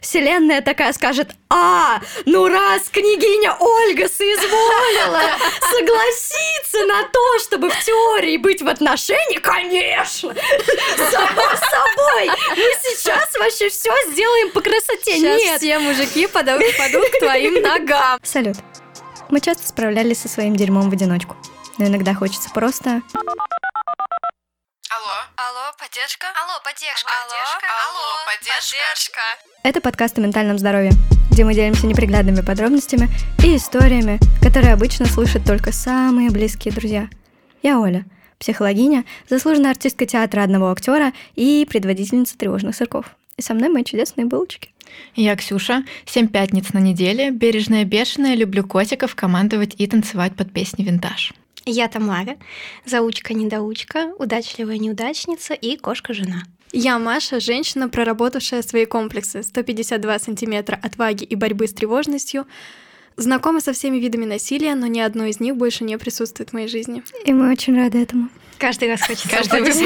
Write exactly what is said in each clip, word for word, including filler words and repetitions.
Вселенная такая скажет: а, ну раз княгиня Ольга соизволила согласиться на то, чтобы в теории быть в отношении, конечно, само собой, мы сейчас вообще все сделаем по красоте. Сейчас Нет. все мужики падут, падут к твоим ногам. Салют. Мы часто справлялись со своим дерьмом в одиночку, но иногда хочется просто... Алло. Алло, поддержка. Алло, поддержка. Алло, Алло, поддержка. Это подкаст о ментальном здоровье, где мы делимся неприглядными подробностями и историями, которые обычно слышат только самые близкие друзья. Я Оля, психологиня, заслуженная артистка театра одного актера и предводительница тревожных сырков. И со мной мои чудесные булочки. Я Ксюша, семь пятниц на неделе, бережная бешеная, люблю котиков, командовать и танцевать под песни «Винтаж». Я Тамара, заучка-недоучка, удачливая неудачница и кошка-жена. Я Маша, женщина, проработавшая свои комплексы, сто пятьдесят два сантиметра отваги и борьбы с тревожностью, знакома со всеми видами насилия, но ни одно из них больше не присутствует в моей жизни. И мы очень рады этому. Каждый раз хочется. Каждый выпуск.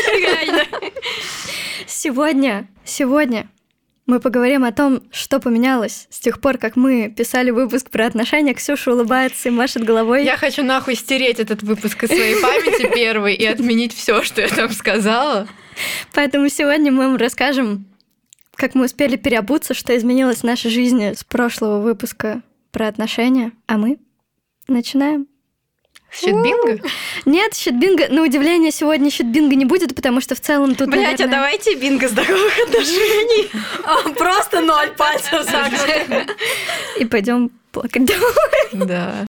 Сегодня, сегодня мы поговорим о том, что поменялось с тех пор, как мы писали выпуск про отношения. Ксюша улыбается и машет головой. Я хочу нахуй стереть этот выпуск из своей памяти первый и отменить все, что я там сказала. Поэтому сегодня мы вам расскажем, как мы успели переобуться, что изменилось в нашей жизни с прошлого выпуска про отношения. А мы начинаем. Щит-бинго? Нет, щит-бинго. На удивление, сегодня щит-бинго не будет, потому что в целом тут, Блять, наверное... а давайте бинго здоровых отношений. Просто ноль пальцев загнутых. И пойдем плакать домой. Да.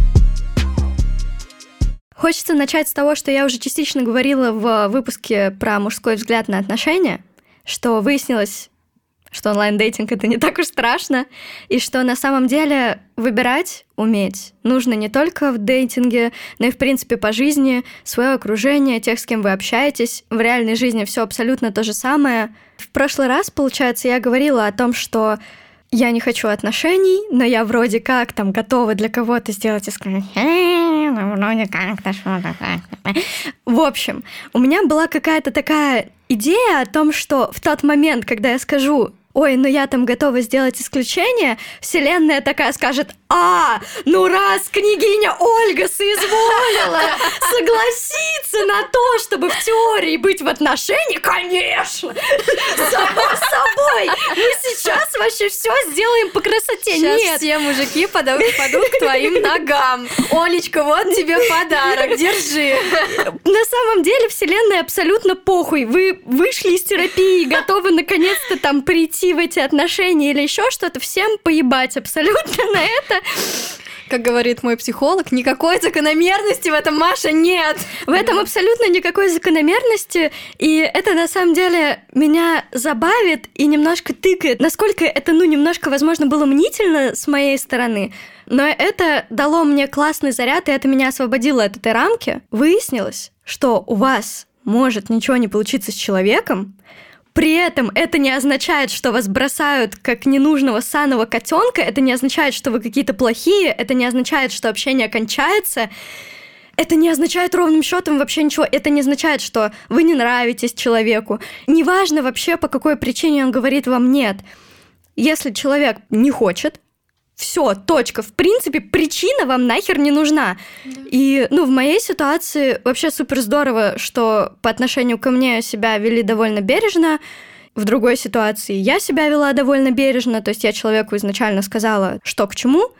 Хочется начать с того, что я уже частично говорила в выпуске про мужской взгляд на отношения, что выяснилось, что онлайн-дейтинг — это не так уж страшно, и что на самом деле выбирать уметь нужно не только в дейтинге, но и, в принципе, по жизни, свое окружение, тех, с кем вы общаетесь. В реальной жизни все абсолютно то же самое. В прошлый раз, получается, я говорила о том, что я не хочу отношений, но я вроде как там готова для кого-то сделать исключение, ну, вроде как-то что-то так. В общем, у меня была какая-то такая идея о том, что в тот момент, когда я скажу: ой, ну я там готова сделать исключение, Вселенная такая скажет: а, ну раз княгиня Ольга соизволила согласиться на то, чтобы в теории быть в отношении, конечно, само собой, мы сейчас вообще все сделаем по красоте. Сейчас Нет. все мужики падут, падут к твоим ногам. Олечка, вот тебе подарок, держи. На самом деле Вселенная абсолютно похуй. Вы вышли из терапии, готовы наконец-то там прийти в эти отношения или еще что-то, всем поебать абсолютно на это. Как говорит мой психолог, никакой закономерности в этом, Маша, нет. В этом абсолютно никакой закономерности, и это на самом деле меня забавит и немножко тыкает, насколько это, ну, немножко, возможно, было мнительно с моей стороны, но это дало мне классный заряд, и это меня освободило от этой рамки. Выяснилось, что у вас может ничего не получиться с человеком. При этом это не означает, что вас бросают как ненужного ссаного котенка, это не означает, что вы какие-то плохие, это не означает, что общение кончается, это не означает ровным счетом вообще ничего, это не означает, что вы не нравитесь человеку. Неважно вообще, по какой причине он говорит вам «нет». Если человек не хочет, все, точка. В принципе, причина вам нахер не нужна. Да. И, ну, в моей ситуации вообще супер здорово, что по отношению ко мне себя вели довольно бережно. В другой ситуации я себя вела довольно бережно, то есть я человеку изначально сказала, что к чему.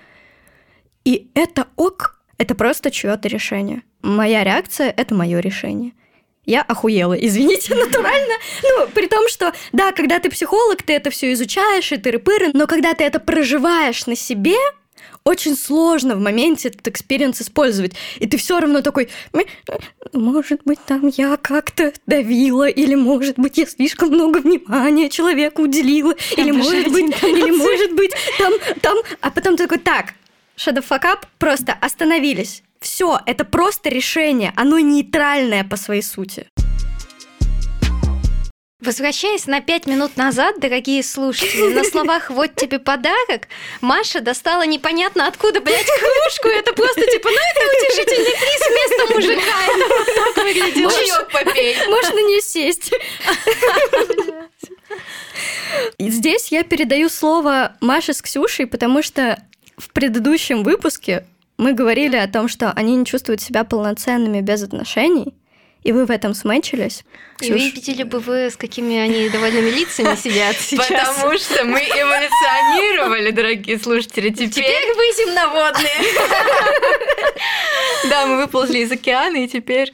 И это ок, это просто чьё-то решение. Моя реакция — это мое решение. Я охуела, извините, натурально. Ну, при том, что, да, когда ты психолог, ты это все изучаешь, и тыры-пыры, но когда ты это проживаешь на себе, очень сложно в моменте этот экспириенс использовать. И ты все равно такой: может быть, там я как-то давила, или, может быть, я слишком много внимания человеку уделила, или, может быть, или, может быть, там, там... А потом ты такой: так, shut the fuck up, просто остановились. Все, это просто решение, оно нейтральное по своей сути. Возвращаясь на пять минут назад, дорогие слушатели, на словах «вот тебе подарок», Маша достала непонятно откуда, блядь, кружку. Это просто типа, ну это утешительный приз вместо мужика. Это вот так выглядит. Чаёк попей. Можешь на нее сесть. И здесь я передаю слово Маше с Ксюшей, потому что в предыдущем выпуске мы говорили о том, что они не чувствуют себя полноценными без отношений, и вы в этом смэчились. И видели бы вы, с какими они довольными лицами сидят сейчас. Потому что мы эволюционировали, дорогие слушатели. Теперь, Теперь вы земноводные. Да, мы выползли из океана, и теперь...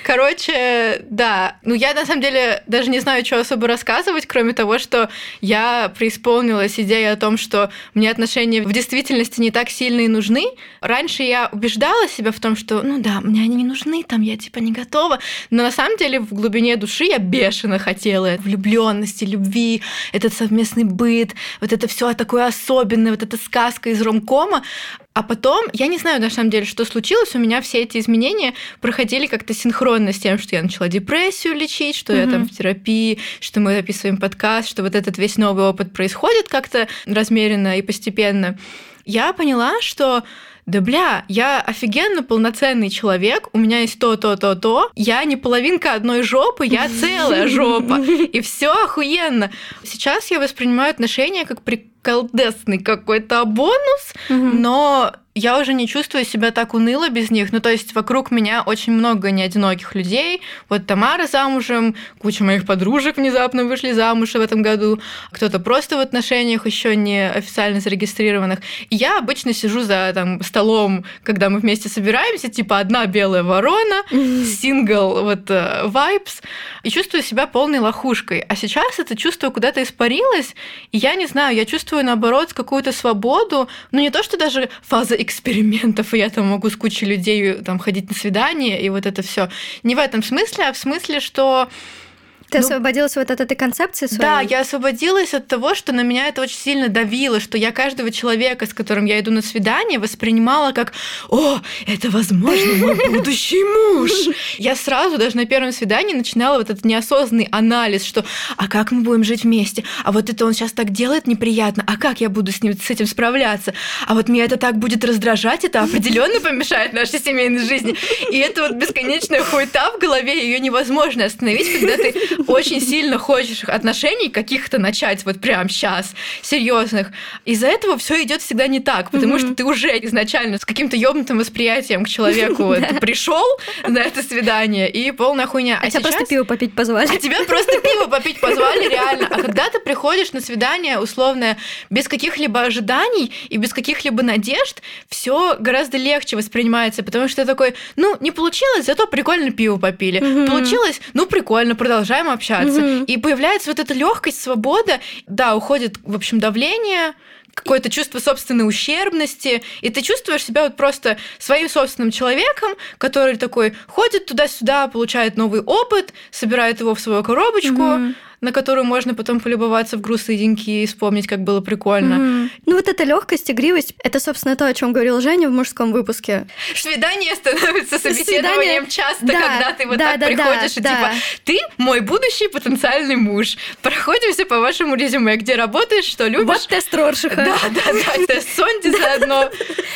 Короче, да. Ну, я, на самом деле, даже не знаю, что особо рассказывать, кроме того, что я преисполнилась идеей о том, что мне отношения в действительности не так сильно и нужны. Раньше я убеждала себя в том, что, ну да, мне они не нужны, там я типа не готова. Но на самом деле в глубине души я бешено хотела влюбленности, любви, этот совместный быт, вот это все такое особенное, вот эта сказка из ромкома. А потом, я не знаю на самом деле, что случилось, у меня все эти изменения проходили как-то синхронно с тем, что я начала депрессию лечить, что mm-hmm. я там в терапии, что мы записываем подкаст, что вот этот весь новый опыт происходит как-то размеренно и постепенно. Я поняла, что да бля, я офигенно полноценный человек, у меня есть то, то, то, то, я не половинка одной жопы, я целая жопа, и все охуенно. Сейчас я воспринимаю отношения как приколдесный какой-то бонус, но я уже не чувствую себя так уныло без них. Ну, то есть вокруг меня очень много неодиноких людей. Вот Тамара замужем, куча моих подружек внезапно вышли замуж в этом году, кто-то просто в отношениях еще не официально зарегистрированных. И я обычно сижу за там, столом, когда мы вместе собираемся, типа одна белая ворона, сингл, вот вайбс, и чувствую себя полной лохушкой. А сейчас это чувство куда-то испарилось, и я не знаю, я чувствую, наоборот, какую-то свободу, ну, не то, что даже фаза экспериментов, и я там могу с кучей людей там ходить на свидания, и вот это все. Не в этом смысле, а в смысле, что... Ты ну, освободилась вот от этой концепции своей? Да, я освободилась от того, что на меня это очень сильно давило, что я каждого человека, с которым я иду на свидание, воспринимала как «О, это, возможно, мой будущий муж». Я сразу даже на первом свидании начинала вот этот неосознанный анализ, что «А как мы будем жить вместе? А вот это он сейчас так делает неприятно, а как я буду с ним с этим справляться? А вот меня это так будет раздражать, это определенно помешает нашей семейной жизни». И это вот бесконечная хуета в голове, ее невозможно остановить, когда ты очень сильно хочешь отношений каких-то начать вот прямо сейчас, серьезных. Из-за этого все идет всегда не так, потому mm-hmm. что ты уже изначально с каким-то ёбнутым восприятием к человеку пришел на это свидание, и полная хуйня. А тебя просто пиво попить позвали. А тебя просто пиво попить позвали, реально. А когда ты приходишь на свидание условное без каких-либо ожиданий и без каких-либо надежд, все гораздо легче воспринимается, потому что ты такой, ну, не получилось, зато прикольно пиво попили. Mm-hmm. Получилось, ну, прикольно, продолжаем общаться. Mm-hmm. И появляется вот эта легкость, свобода. Да, уходит, в общем, давление, какое-то чувство собственной ущербности, и ты чувствуешь себя вот просто своим собственным человеком, который такой ходит туда-сюда, получает новый опыт, собирает его в свою коробочку, mm-hmm. на которую можно потом полюбоваться в грустные деньки и вспомнить, как было прикольно. Mm-hmm. Ну вот эта легкость, игривость, это, собственно, то, о чем говорил Женя в мужском выпуске. Свидание становится собеседованием Свидание... часто, да, когда ты вот да, так да, приходишь да, и да. типа, ты мой будущий потенциальный муж. Проходимся по вашему резюме, где работаешь, что любишь. Вот тест Роршаха. Да, да, да, тест Сонди заодно.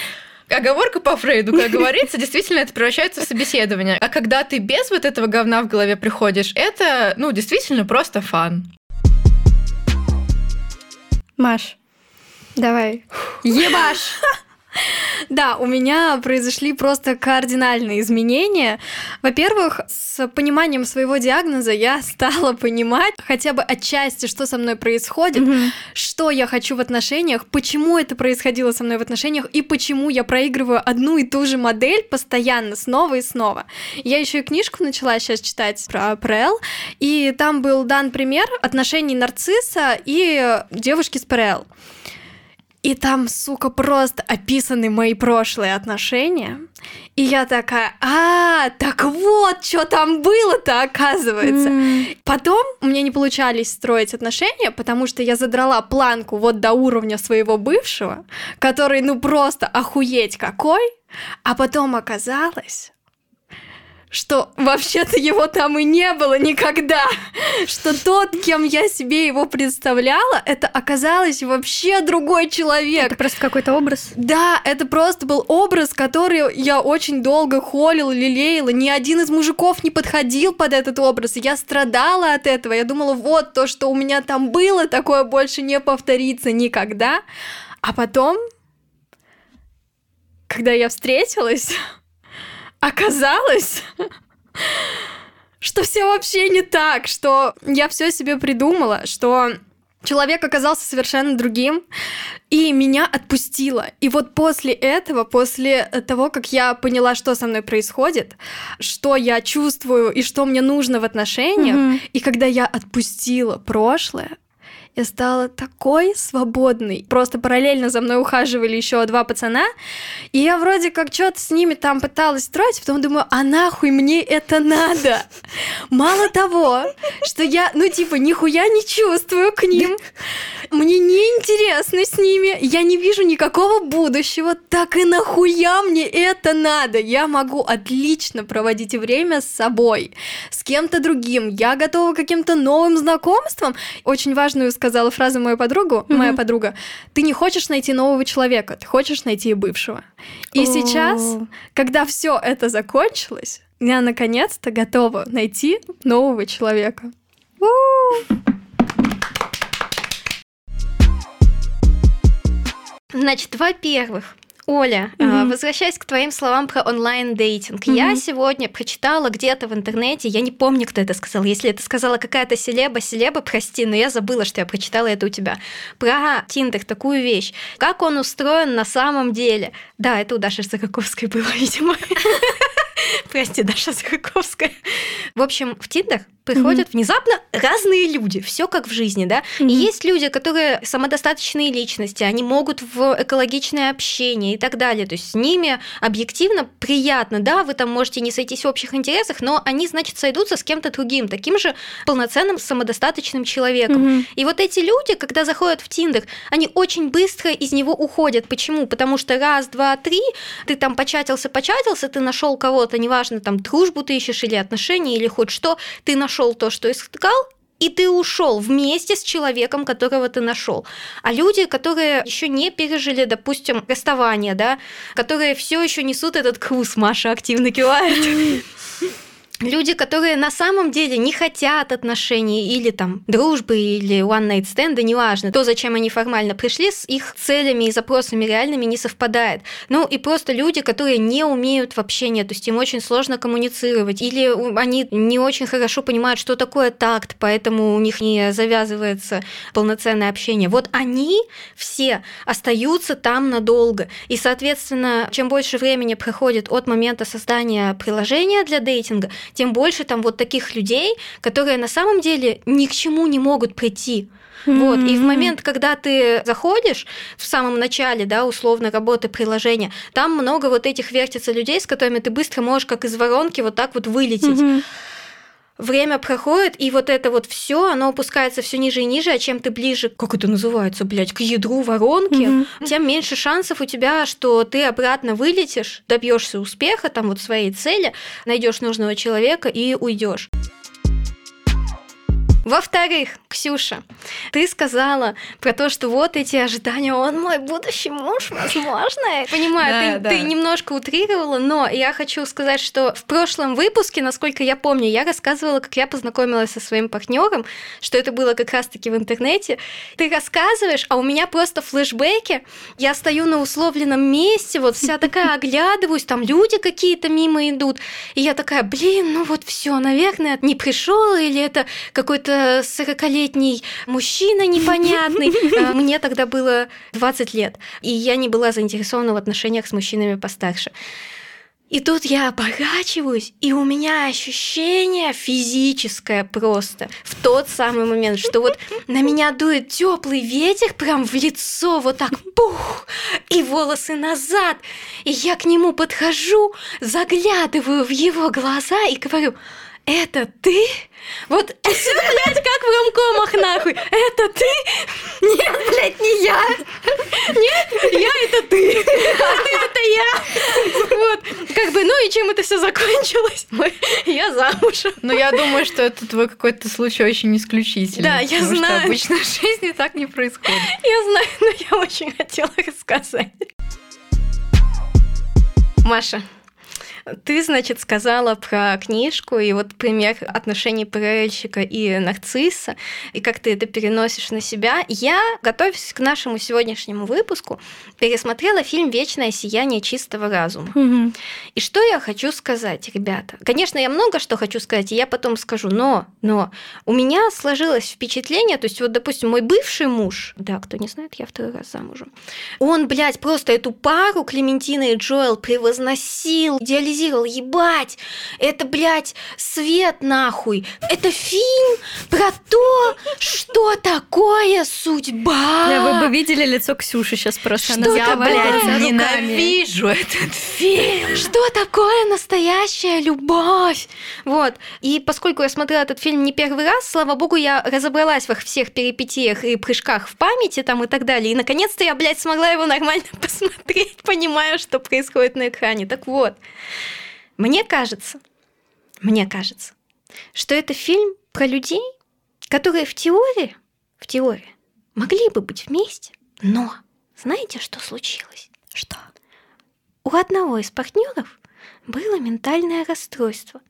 Оговорка по Фрейду, как говорится, действительно это превращается в собеседование. А когда ты без вот этого говна в голове приходишь, это, ну, действительно просто фан. Маш, давай, ебашь! Да, у меня произошли просто кардинальные изменения. Во-первых, с пониманием своего диагноза я стала понимать хотя бы отчасти, что со мной происходит, mm-hmm. что я хочу в отношениях, почему это происходило со мной в отношениях и почему я проигрываю одну и ту же модель постоянно, снова и снова. Я еще и книжку начала сейчас читать про ПРЛ, и там был дан пример отношений нарцисса и девушки с ПРЛ. И там, сука, просто описаны мои прошлые отношения. И я такая, а, так вот, что там было-то, оказывается. Mm. Потом у меня не получались строить отношения, потому что я задрала планку вот до уровня своего бывшего, который, ну, просто охуеть какой. А потом оказалось, что вообще-то его там и не было никогда, что тот, кем я себе его представляла, это оказалось вообще другой человек. Это просто какой-то образ. Да, это просто был образ, который я очень долго холила, лелеяла. Ни один из мужиков не подходил под этот образ. Я страдала от этого. Я думала, вот то, что у меня там было, такое больше не повторится никогда. А потом, когда я встретилась, оказалось, что все вообще не так, что я все себе придумала, что человек оказался совершенно другим, и меня отпустило. И вот после этого, после того, как я поняла, что со мной происходит, что я чувствую и что мне нужно в отношениях, mm-hmm. и когда я отпустила прошлое, я стала такой свободной. Просто параллельно за мной ухаживали еще два пацана, и я вроде как что-то с ними там пыталась строить, потом думаю, а нахуй мне это надо? Мало того, что я, ну типа, нихуя не чувствую к ним, мне неинтересно с ними, я не вижу никакого будущего, так и нахуя мне это надо? Я могу отлично проводить время с собой, с кем-то другим, я готова к каким-то новым знакомствам. Очень важную сказала фразу мою подругу, mm-hmm. моя подруга, ты не хочешь найти нового человека, ты хочешь найти бывшего. И oh. сейчас, когда все это закончилось, я наконец-то готова найти нового человека. У-у-у. Значит, во-первых, Оля, mm-hmm. возвращаясь к твоим словам про онлайн-дейтинг, mm-hmm. я сегодня прочитала где-то в интернете, я не помню, кто это сказал, если это сказала какая-то селеба, селеба, прости, но я забыла, что я прочитала это у тебя, про Тиндер, такую вещь, как он устроен на самом деле. Да, это у Даши Сараковской было, видимо. Прости, Даша Сараковская. В общем, в Тиндер приходят mm-hmm. внезапно разные люди, все как в жизни, да. Mm-hmm. И есть люди, которые самодостаточные личности, они могут в экологичное общение и так далее. То есть с ними объективно приятно, да, вы там можете не сойтись в общих интересах, но они, значит, сойдутся с кем-то другим, таким же полноценным самодостаточным человеком. Mm-hmm. И вот эти люди, когда заходят в Тиндер, они очень быстро из него уходят. Почему? Потому что раз, два, три, ты там початился, початился, ты нашел кого-то, неважно, там дружбу ты ищешь или отношения, или хоть что, ты нашел то, что искал, и ты ушел вместе с человеком, которого ты нашел. А люди, которые еще не пережили, допустим, расставание, да, которые все еще несут этот груз, Маша активно кивает. Люди, которые на самом деле не хотят отношений или там дружбы, или one-night stand, неважно, то, зачем они формально пришли, с их целями и запросами реальными не совпадает. Ну и просто люди, которые не умеют в общении, то есть им очень сложно коммуницировать, или они не очень хорошо понимают, что такое такт, поэтому у них не завязывается полноценное общение. Вот они все остаются там надолго. И, соответственно, чем больше времени проходит от момента создания приложения для дейтинга, тем больше там вот таких людей, которые на самом деле ни к чему не могут прийти. Mm-hmm. Вот. И в момент, когда ты заходишь в самом начале, да, условно, работы приложения, там много вот этих вертится людей, с которыми ты быстро можешь, как из воронки, вот так вот вылететь. Mm-hmm. Время проходит, и вот это вот все, оно опускается все ниже и ниже, а чем ты ближе, как это называется, блядь, к ядру воронки, mm-hmm. тем меньше шансов у тебя, что ты обратно вылетишь, добьешься успеха, там вот своей цели, найдешь нужного человека и уйдешь. Во-вторых, Ксюша, ты сказала про то, что вот эти ожидания, он мой будущий муж, возможно. Я понимаю, да, ты, да. ты немножко утрировала, но я хочу сказать, что в прошлом выпуске, насколько я помню, я рассказывала, как я познакомилась со своим партнером, что это было как раз-таки в интернете. Ты рассказываешь, а у меня просто флешбеки, я стою на условленном месте, вот вся такая оглядываюсь, там люди какие-то мимо идут, и я такая, блин, ну вот все, наверное, не пришел, или это какой-то сорокалетний мужчина непонятный. Мне тогда было двадцать лет, и я не была заинтересована в отношениях с мужчинами постарше. И тут я оборачиваюсь, и у меня ощущение физическое просто в тот самый момент, что вот на меня дует теплый ветер прям в лицо, вот так пух, и волосы назад. И я к нему подхожу, заглядываю в его глаза и говорю: это ты? Вот все, блядь, как в ромкомах, нахуй. Это ты? Нет, блядь, не я. Нет, я это ты. А ты это я. Вот. Как бы, ну и чем это все закончилось? Я замужем. Но я думаю, что это твой какой-то случай очень исключительный. Да, я потому знаю. Что обычно в жизни так не происходит. Я знаю, но я очень хотела рассказать. Маша, ты, значит, сказала про книжку и вот пример отношений ПРЛщика и нарцисса, и как ты это переносишь на себя. Я, готовясь к нашему сегодняшнему выпуску, пересмотрела фильм «Вечное сияние чистого разума». Угу. И что я хочу сказать, ребята? Конечно, я много что хочу сказать, и я потом скажу, но, но у меня сложилось впечатление, то есть вот, допустим, мой бывший муж, да, кто не знает, я второй раз замужем, он, блядь, просто эту пару, Клементина и Джоэл, превозносил, идеализировал. Ебать, это, блядь, свет нахуй. Это фильм про то, что такое судьба. Да, вы бы видели лицо Ксюши сейчас просто. Что Она такое? закрывается Я руками. ненавижу этот фильм. Что такое настоящая любовь? Вот. И поскольку я смотрела этот фильм не первый раз, слава богу, я разобралась во всех перипетиях и прыжках в памяти там и так далее. И наконец-то я, блядь, смогла его нормально посмотреть, понимая, что происходит на экране. Так вот, мне кажется, мне кажется, что это фильм про людей, которые в теории, в теории могли бы быть вместе, но знаете, что случилось? Что? У одного из партнеров было ментальное расстройство.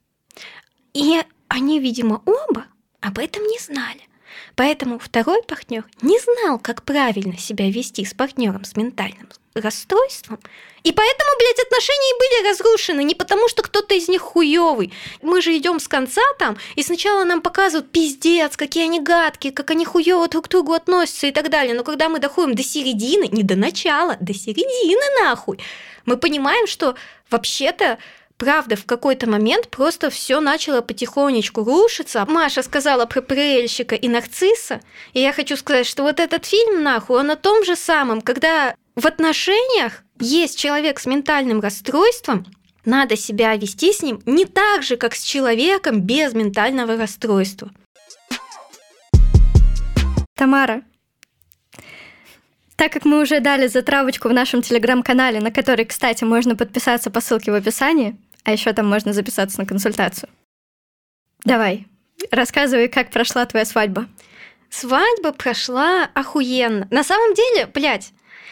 И они, видимо, оба об этом не знали. Поэтому второй партнер не знал, как правильно себя вести с партнером с ментальным расстройством. И поэтому, блядь, отношения и были разрушены не потому, что кто-то из них хуёвый. Мы же идем с конца там, и сначала нам показывают пиздец, какие они гадкие, как они хуёво друг к другу относятся и так далее. Но когда мы доходим до середины, не до начала, до середины нахуй, мы понимаем, что вообще-то правда, в какой-то момент просто все начало потихонечку рушиться. Маша сказала про ПРЛщика и нарцисса, и я хочу сказать, что вот этот фильм, нахуй, он о том же самом, когда в отношениях есть человек с ментальным расстройством, надо себя вести с ним не так же, как с человеком без ментального расстройства. Тамара, так как мы уже дали затравочку в нашем телеграм-канале, на который, кстати, можно подписаться по ссылке в описании, а еще там можно записаться на консультацию. Давай, рассказывай, как прошла твоя свадьба. Свадьба прошла охуенно. На самом деле, блядь,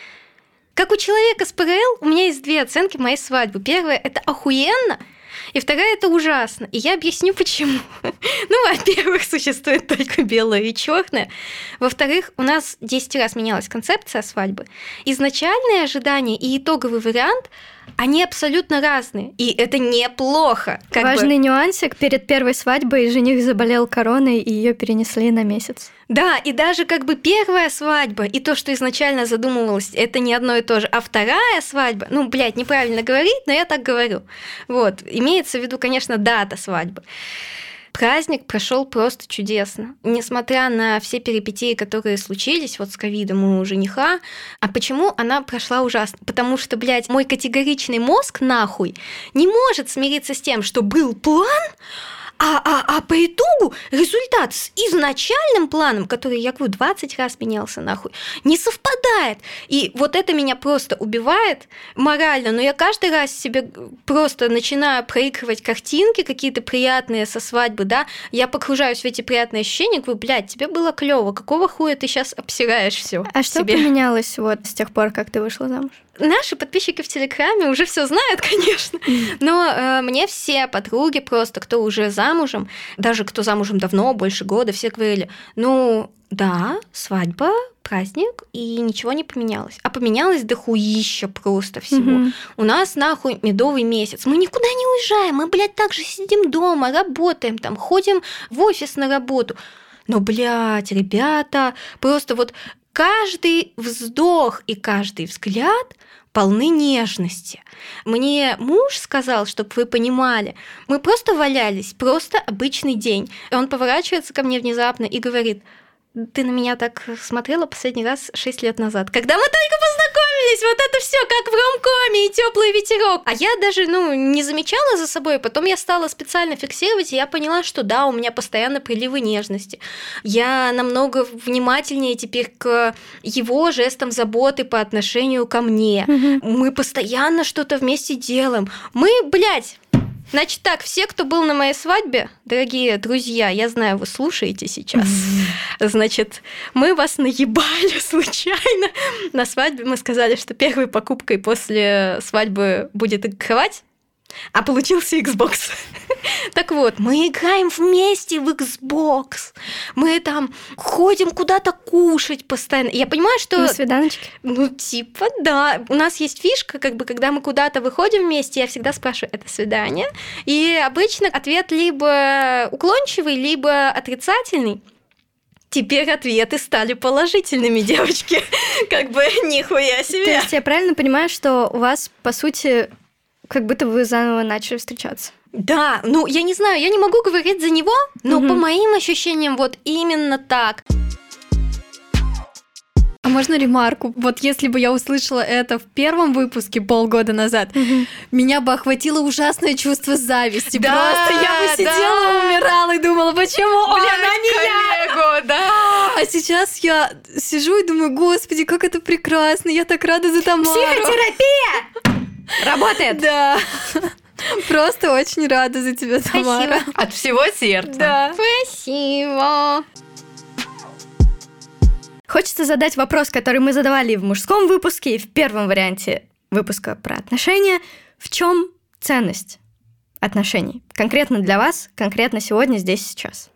как у человека с ПРЛ, у меня есть две оценки моей свадьбы. Первая – это охуенно, и вторая – это ужасно. И я объясню, почему. Ну, во-первых, существует только белое и черное. Во-вторых, у нас десять раз менялась концепция свадьбы. Изначальные ожидания и итоговый вариант – они абсолютно разные, и это неплохо. Как Важный бы. нюансик: перед первой свадьбой жених заболел короной, и ее перенесли на месяц. Да, и даже как бы первая свадьба и то, что изначально задумывалось, это не одно и то же. А вторая свадьба, ну, блядь, неправильно говорить, но я так говорю. Вот, имеется в виду, конечно, дата свадьбы. Праздник прошел просто чудесно. Несмотря на все перипетии, которые случились вот с ковидом у жениха. А почему она прошла ужасно? Потому что, блядь, мой категоричный мозг нахуй не может смириться с тем, что был план, А, а, а по итогу результат с изначальным планом, который, я говорю, двадцать раз менялся нахуй, не совпадает. И вот это меня просто убивает морально. Но я каждый раз себе просто начинаю проигрывать картинки какие-то приятные со свадьбы, да, я погружаюсь в эти приятные ощущения, говорю, блядь, тебе было клево, какого хуя ты сейчас обсираешь все? А что себе? поменялось вот с тех пор, как ты вышла замуж? Наши подписчики в Телеграме уже все знают, конечно, но э, мне все подруги просто, кто уже замужем, даже кто замужем давно, больше года, все говорили, ну да, свадьба, праздник, и ничего не поменялось. А поменялось дохуища просто всего. Мгм. У нас нахуй медовый месяц. Мы никуда не уезжаем, мы, блядь, так же сидим дома, работаем там, ходим в офис на работу. Но, блядь, ребята, просто вот каждый вздох и каждый взгляд полны нежности. Мне муж сказал, чтобы вы понимали, мы просто валялись, просто обычный день. И он поворачивается ко мне внезапно и говорит, ты на меня так смотрела последний раз шесть лет назад, когда мы только познакомились, вот это все как в ромкоме и теплый ветерок. А я даже, ну, не замечала за собой, потом я стала специально фиксировать, и я поняла, что да, у меня постоянно приливы нежности. Я намного внимательнее теперь к его жестам заботы по отношению ко мне. Угу. Мы постоянно что-то вместе делаем. Мы, блядь, значит так, все, кто был на моей свадьбе, дорогие друзья, я знаю, вы слушаете сейчас, mm-hmm. значит, мы вас наебали случайно. На свадьбе мы сказали, что первой покупкой после свадьбы будет кровать, а получился Xbox. Так вот, мы играем вместе в Xbox. Мы там ходим куда-то кушать постоянно. Я понимаю, что... На свиданочке? Ну, типа, да. У нас есть фишка, как бы, когда мы куда-то выходим вместе, я всегда спрашиваю, это свидание? И обычно ответ либо уклончивый, либо отрицательный. Теперь ответы стали положительными, девочки. Как бы нихуя себе. То есть я правильно понимаю, что у вас, по сути, как будто вы заново начали встречаться? Да, ну я не знаю, я не могу говорить за него, но угу. по моим ощущениям вот именно так. А можно ремарку? Вот если бы я услышала это в первом выпуске полгода назад, угу. меня бы охватило ужасное чувство зависти. Да, просто я бы сидела, да. умирала и думала, почему Блядь, он, а не коллегу, я? Да. А сейчас я сижу и думаю, господи, как это прекрасно, я так рада за Тамару. Психотерапия! Работает! Да. Просто очень рада за тебя, Тамара. Спасибо. От всего сердца. Да. Спасибо. Хочется задать вопрос, который мы задавали и в мужском выпуске, и в первом варианте выпуска про отношения. В чем ценность отношений? Конкретно для вас, конкретно сегодня, здесь, сейчас.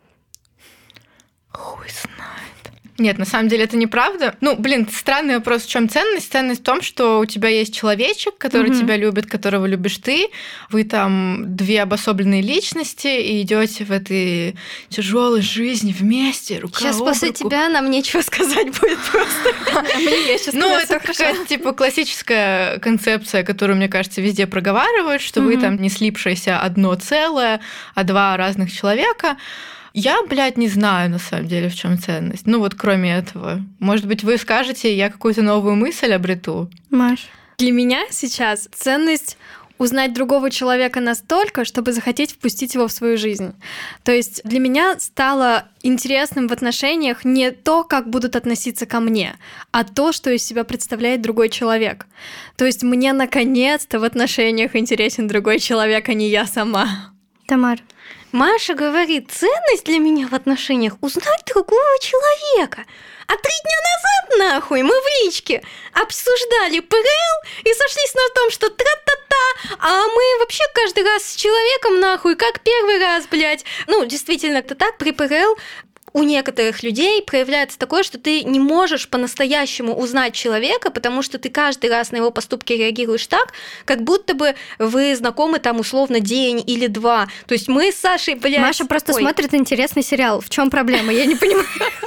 Хуй знает. Нет, на самом деле это неправда. Ну, блин, странный вопрос. В чем ценность? Ценность в том, что у тебя есть человечек, который mm-hmm. тебя любит, которого любишь ты. Вы там две обособленные личности и идете в этой тяжелой жизни вместе, рука Сейчас об после руку. тебя нам нечего сказать будет просто. Мне есть. Ну, это какая-то типа классическая концепция, которую, мне кажется, везде проговаривают, что вы там не слипшееся одно целое, а два разных человека. Я, блядь, не знаю, на самом деле, в чем ценность. Ну вот кроме этого. Может быть, вы скажете, я какую-то новую мысль обрету? Маш. Для меня сейчас ценность узнать другого человека настолько, чтобы захотеть впустить его в свою жизнь. То есть для меня стало интересным в отношениях не то, как будут относиться ко мне, а то, что из себя представляет другой человек. То есть мне наконец-то в отношениях интересен другой человек, а не я сама. Тамар. Маша говорит, ценность для меня в отношениях узнать другого человека. А три дня назад, нахуй, мы в личке обсуждали ПРЛ и сошлись на том, что тра-та-та, а мы вообще каждый раз с человеком, нахуй, как первый раз, блядь. Ну, действительно, это так, при ПРЛ у некоторых людей проявляется такое, что ты не можешь по-настоящему узнать человека, потому что ты каждый раз на его поступки реагируешь так, как будто бы вы знакомы там условно день или два. То есть мы с Сашей, блядь... Маша просто Ой. смотрит интересный сериал. В чем проблема? Я не понимаю.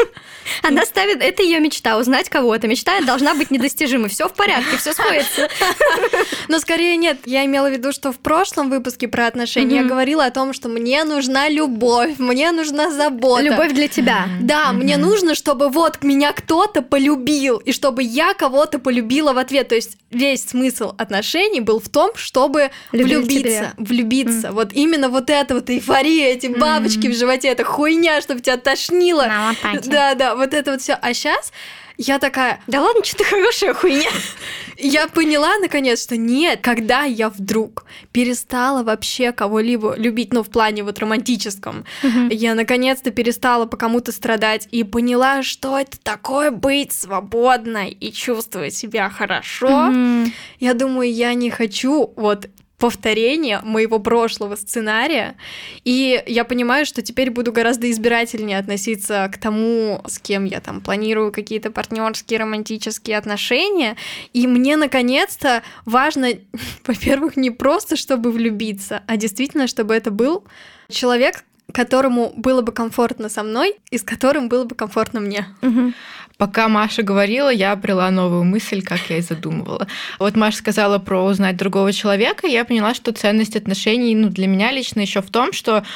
Она ставит... Это ее мечта, узнать кого-то. Мечта должна быть недостижимой. Все в порядке, все сходится. Но скорее нет. Я имела в виду, что в прошлом выпуске про отношения я говорила о том, что мне нужна любовь, мне нужна забота. Любовь для тебя. Да, mm-hmm. мне нужно, чтобы вот меня кто-то полюбил, и чтобы я кого-то полюбила в ответ. То есть весь смысл отношений был в том, чтобы Любили влюбиться. тебя. Влюбиться. Mm. Вот именно вот эта вот эйфория, эти бабочки mm. в животе, эта хуйня, чтобы тебя тошнило. Да, да, вот это вот все. А сейчас я такая, да ладно, что-то хорошая хуйня. Я поняла, наконец, что нет, когда я вдруг перестала вообще кого-либо любить, ну, в плане вот романтическом, mm-hmm. я наконец-то перестала по кому-то страдать и поняла, что это такое быть свободной и чувствовать себя хорошо. Mm-hmm. Я думаю, я не хочу вот повторение моего прошлого сценария, и я понимаю, что теперь буду гораздо избирательнее относиться к тому, с кем я там планирую какие-то партнерские романтические отношения, и мне наконец-то важно, во-первых, не просто чтобы влюбиться, а действительно, чтобы это был человек, которому было бы комфортно со мной и с которым было бы комфортно мне. Угу. Пока Маша говорила, я обрела новую мысль, как я и задумывала. Вот Маша сказала про узнать другого человека, и я поняла, что ценность отношений, ну, для меня лично еще в том, что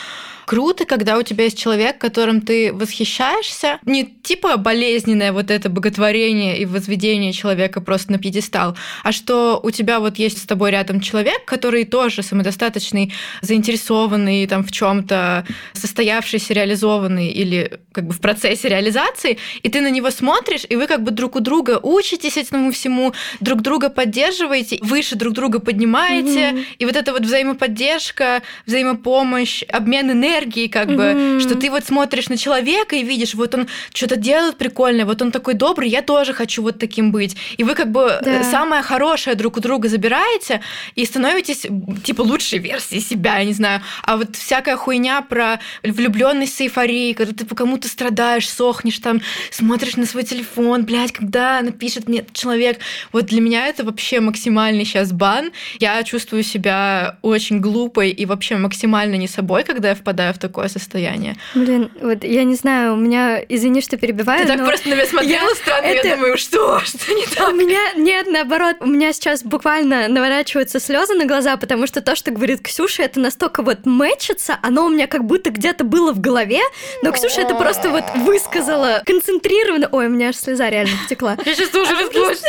круто, когда у тебя есть человек, которым ты восхищаешься. Не типа болезненное вот это боготворение и возведение человека просто на пьедестал, а что у тебя вот есть с тобой рядом человек, который тоже самодостаточный, заинтересованный там в чем-то, состоявшийся, реализованный или как бы в процессе реализации, и ты на него смотришь, и вы как бы друг у друга учитесь этому всему, друг друга поддерживаете, выше друг друга поднимаете, mm-hmm. и вот эта вот взаимоподдержка, взаимопомощь, обмен энергией, как mm-hmm. бы, что ты вот смотришь на человека и видишь, вот он что-то делает прикольное, вот он такой добрый, я тоже хочу вот таким быть. И вы как бы да. самое хорошее друг у друга забираете и становитесь типа лучшей версией себя, я не знаю. А вот всякая хуйня про влюбленность с эйфорией, когда ты по кому-то страдаешь, сохнешь там, смотришь на свой телефон, блядь, когда напишет мне этот человек. Вот для меня это вообще максимальный сейчас бан. Я чувствую себя очень глупой и вообще максимально не собой, когда я впадаю в такое состояние. Блин, вот я не знаю, у меня, извини, что перебиваю, ты так просто на меня смотрела я... странно, это... я думаю, что, что не так? У меня, нет, наоборот, у меня сейчас буквально наворачиваются слезы на глаза, потому что то, что говорит Ксюша, это настолько вот мэчится, оно у меня как будто где-то было в голове, но Ксюша это просто вот высказала концентрированно. Ой, у меня аж слеза реально потекла. Я сейчас тоже расплачусь.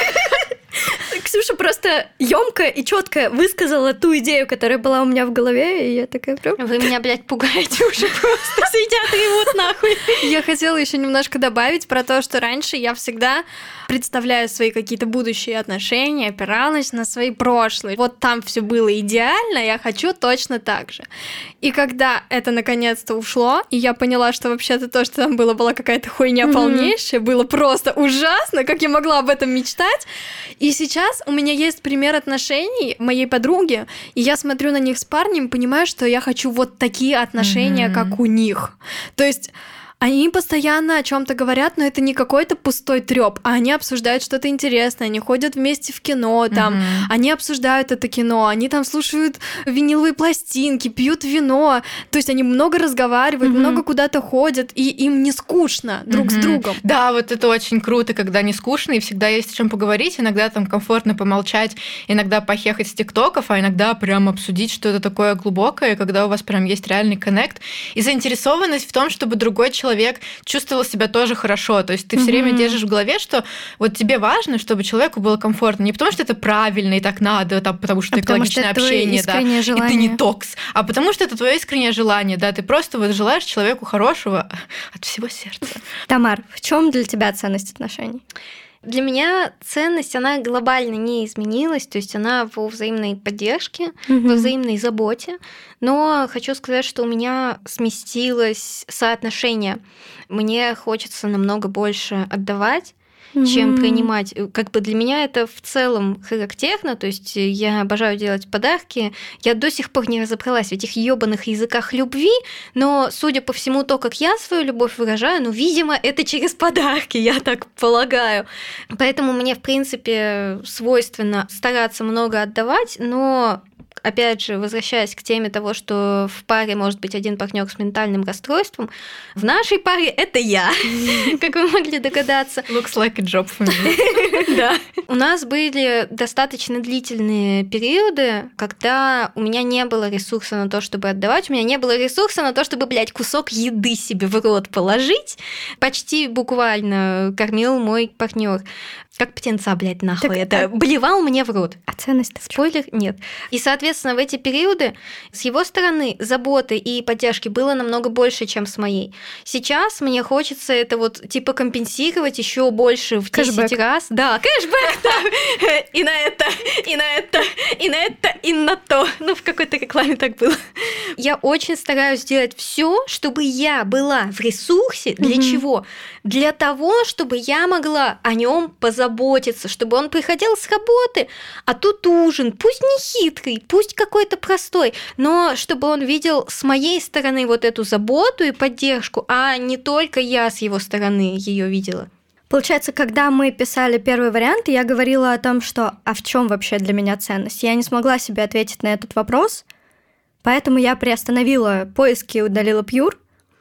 Ксюша просто ёмко и четко высказала ту идею, которая была у меня в голове, и я такая прям... Вы меня, блядь, пугаете уже просто. Сидят и вот нахуй. Я хотела еще немножко добавить про то, что раньше я всегда представляю свои какие-то будущие отношения, опиралась на свои прошлые. Вот там все было идеально, я хочу точно так же. И когда это наконец-то ушло, и я поняла, что вообще-то то, что там было, была какая-то хуйня mm-hmm. полнейшая, было просто ужасно, как я могла об этом мечтать. И сейчас у меня есть пример отношений моей подруги, и я смотрю на них с парнем, понимаю, что я хочу вот такие отношения, mm-hmm. как у них. То есть они постоянно о чем-то говорят, но это не какой-то пустой трёп, а они обсуждают что-то интересное, они ходят вместе в кино, там, mm-hmm. они обсуждают это кино, они там слушают виниловые пластинки, пьют вино, то есть они много разговаривают, mm-hmm. много куда-то ходят, и им не скучно друг mm-hmm. с другом. Да, вот это очень круто, когда не скучно, и всегда есть о чем поговорить, иногда там комфортно помолчать, иногда похехать с тиктоков, а иногда прям обсудить что-то такое глубокое, когда у вас прям есть реальный коннект и заинтересованность в том, чтобы другой человек человек чувствовал себя тоже хорошо. То есть ты mm-hmm. все время держишь в голове, что вот тебе важно, чтобы человеку было комфортно. Не потому что это правильно и так надо, там, потому что а экологичное потому что общение, да, желание. И ты не токс, а потому что это твое искреннее желание, да, ты просто вот желаешь человеку хорошего от всего сердца. Тамар, в чем для тебя ценность отношений? Для меня ценность, она глобально не изменилась, то есть она во взаимной поддержке, mm-hmm. во взаимной заботе, но хочу сказать, что у меня сместилось соотношение. Мне хочется намного больше отдавать, mm-hmm. чем принимать. Как бы для меня это в целом характерно, то есть я обожаю делать подарки, я до сих пор не разобралась в этих ёбаных языках любви, но, судя по всему, то, как я свою любовь выражаю, ну, видимо, это через подарки, я так полагаю. Поэтому мне, в принципе, свойственно стараться много отдавать, но... Опять же, возвращаясь к теме того, что в паре может быть один партнер с ментальным расстройством, в нашей паре это я, как вы могли догадаться. Looks like a job for me. Да. У нас были достаточно длительные периоды, когда у меня не было ресурса на то, чтобы отдавать, у меня не было ресурса на то, чтобы, блядь, кусок еды себе в рот положить. Почти буквально кормил мой партнер. Как птенца, блядь, нахуй. Так, это а... блевал мне в рот. А ценность? Спойлер? Нет. И, соответственно, в эти периоды с его стороны заботы и поддержки было намного больше, чем с моей. Сейчас мне хочется это вот типа компенсировать еще больше в десять раз. Да, кэшбэк, да. И на это, и на это, и на это, и на то. Ну, в какой-то рекламе так было. Я очень стараюсь сделать все, чтобы я была в ресурсе. Для чего? Для того, чтобы я могла о нем позаботиться. Заботиться, чтобы он приходил с работы, а тут ужин, пусть не хитрый, пусть какой-то простой, но чтобы он видел с моей стороны вот эту заботу и поддержку, а не только я с его стороны ее видела. Получается, когда мы писали первый вариант, я говорила о том, что а в чем вообще для меня ценность? Я не смогла себе ответить на этот вопрос, поэтому я приостановила поиски и удалила Пьюр.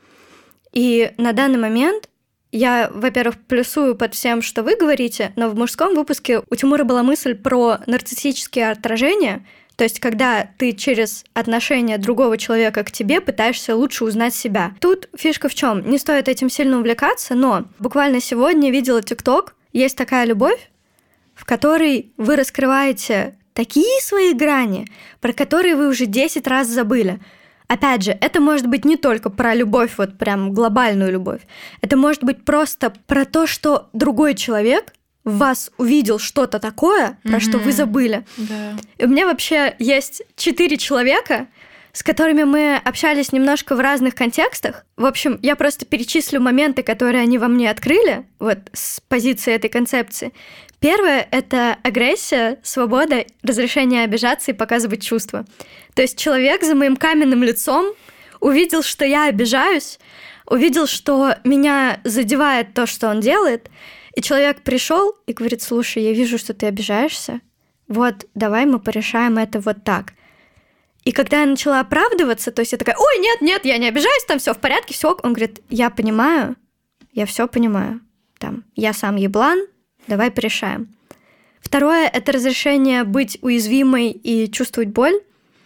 И на данный момент я, во-первых, плюсую под всем, что вы говорите, но в мужском выпуске у Тимура была мысль про нарциссические отражения, То есть, когда ты через отношение другого человека к тебе пытаешься лучше узнать себя. Тут фишка в чем? Не стоит этим сильно увлекаться, но буквально сегодня видела ТикТок. Есть такая любовь, в которой вы раскрываете такие свои грани, про которые вы уже десять раз забыли. Опять же, это может быть не только про любовь, вот прям глобальную любовь. Это может быть просто про то, что другой человек в вас увидел что-то такое, про mm-hmm. что вы забыли. Да. И у меня вообще есть четыре человека, с которыми мы общались немножко в разных контекстах. В общем, я просто перечислю моменты, которые они во мне открыли, вот с позиции этой концепции. Первое — это агрессия, свобода, разрешение обижаться и показывать чувства. То есть человек за моим каменным лицом увидел, что я обижаюсь, увидел, что меня задевает то, что он делает, и человек пришел и говорит: слушай, я вижу, что ты обижаешься, вот, давай мы порешаем это вот так. И когда я начала оправдываться, то есть я такая: ой, нет, нет, я не обижаюсь, там все в порядке, все. Он говорит: я понимаю, я все понимаю, там, я сам еблан, давай порешаем. Второе — это разрешение быть уязвимой и чувствовать боль.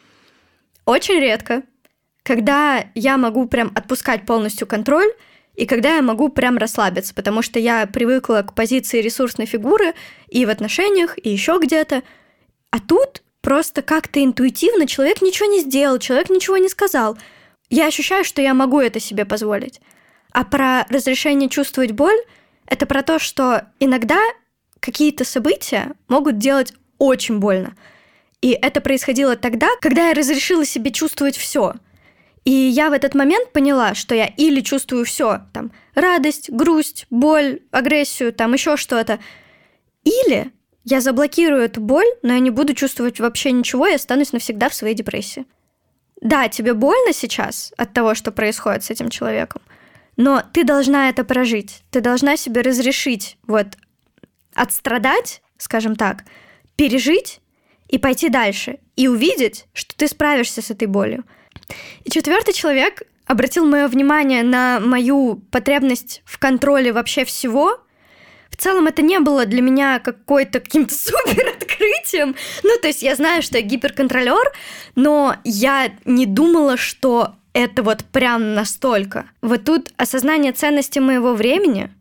Очень редко, когда я могу прям отпускать полностью контроль, и когда я могу прям расслабиться, потому что я привыкла к позиции ресурсной фигуры и в отношениях, и еще где-то. А тут просто как-то интуитивно человек ничего не сделал, человек ничего не сказал. Я ощущаю, что я могу это себе позволить. А про разрешение чувствовать боль — это про то, что иногда какие-то события могут делать очень больно. И это происходило тогда, когда я разрешила себе чувствовать все. И я в этот момент поняла, что я или чувствую все, там, радость, грусть, боль, агрессию, там, еще что-то, или я заблокирую эту боль, но я не буду чувствовать вообще ничего, и останусь навсегда в своей депрессии. Да, тебе больно сейчас от того, что происходит с этим человеком, но ты должна это прожить, ты должна себе разрешить вот отстрадать, скажем так, пережить и пойти дальше, и увидеть, что ты справишься с этой болью. И четвертый человек обратил мое внимание на мою потребность в контроле вообще всего. В целом это не было для меня какой-то каким-то супер открытием. Ну, то есть я знаю, что я гиперконтролер, но я не думала, что это вот прям настолько. Вот тут осознание ценности моего времени,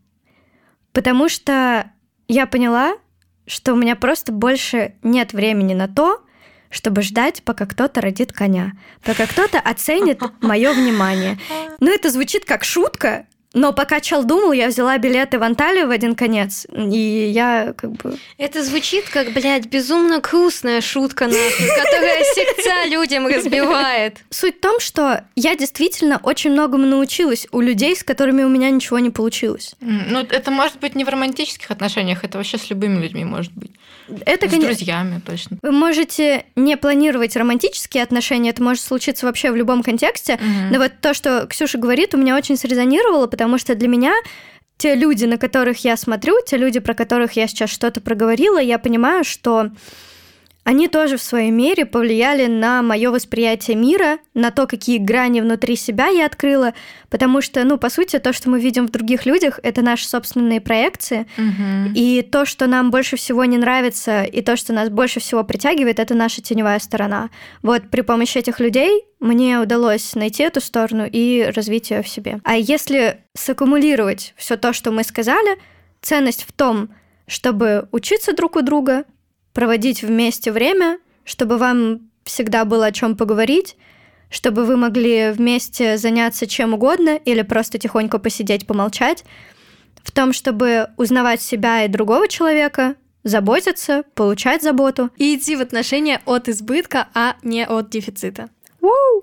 потому что я поняла, что у меня просто больше нет времени на то, чтобы ждать, пока кто-то родит коня, пока кто-то оценит мое внимание. Ну, это звучит как шутка, но пока чел думал, я взяла билеты в Анталию в один конец, и я как бы... Это звучит как, блядь, безумно грустная шутка, нахуй, которая сердца людям разбивает. Суть в том, что я действительно очень многому научилась у людей, с которыми у меня ничего не получилось. Ну, это может быть не в романтических отношениях, это вообще с любыми людьми может быть. Это, с конечно... друзьями, точно. Вы можете не планировать романтические отношения, это может случиться вообще в любом контексте, угу. Но вот то, что Ксюша говорит, у меня очень срезонировало, потому что для меня те люди, на которых я смотрю, те люди, про которых я сейчас что-то проговорила, я понимаю, что они тоже в своей мере повлияли на мое восприятие мира, на то, какие грани внутри себя я открыла, потому что, ну, по сути, то, что мы видим в других людях, это наши собственные проекции, угу. И то, что нам больше всего не нравится, и то, что нас больше всего притягивает, это наша теневая сторона. Вот при помощи этих людей мне удалось найти эту сторону и развить ее в себе. А если саккумулировать все то, что мы сказали, ценность в том, чтобы учиться друг у друга, проводить вместе время, чтобы вам всегда было о чем поговорить, чтобы вы могли вместе заняться чем угодно или просто тихонько посидеть, помолчать, в том, чтобы узнавать себя и другого человека, заботиться, получать заботу. И идти в отношения от избытка, а не от дефицита. Уу!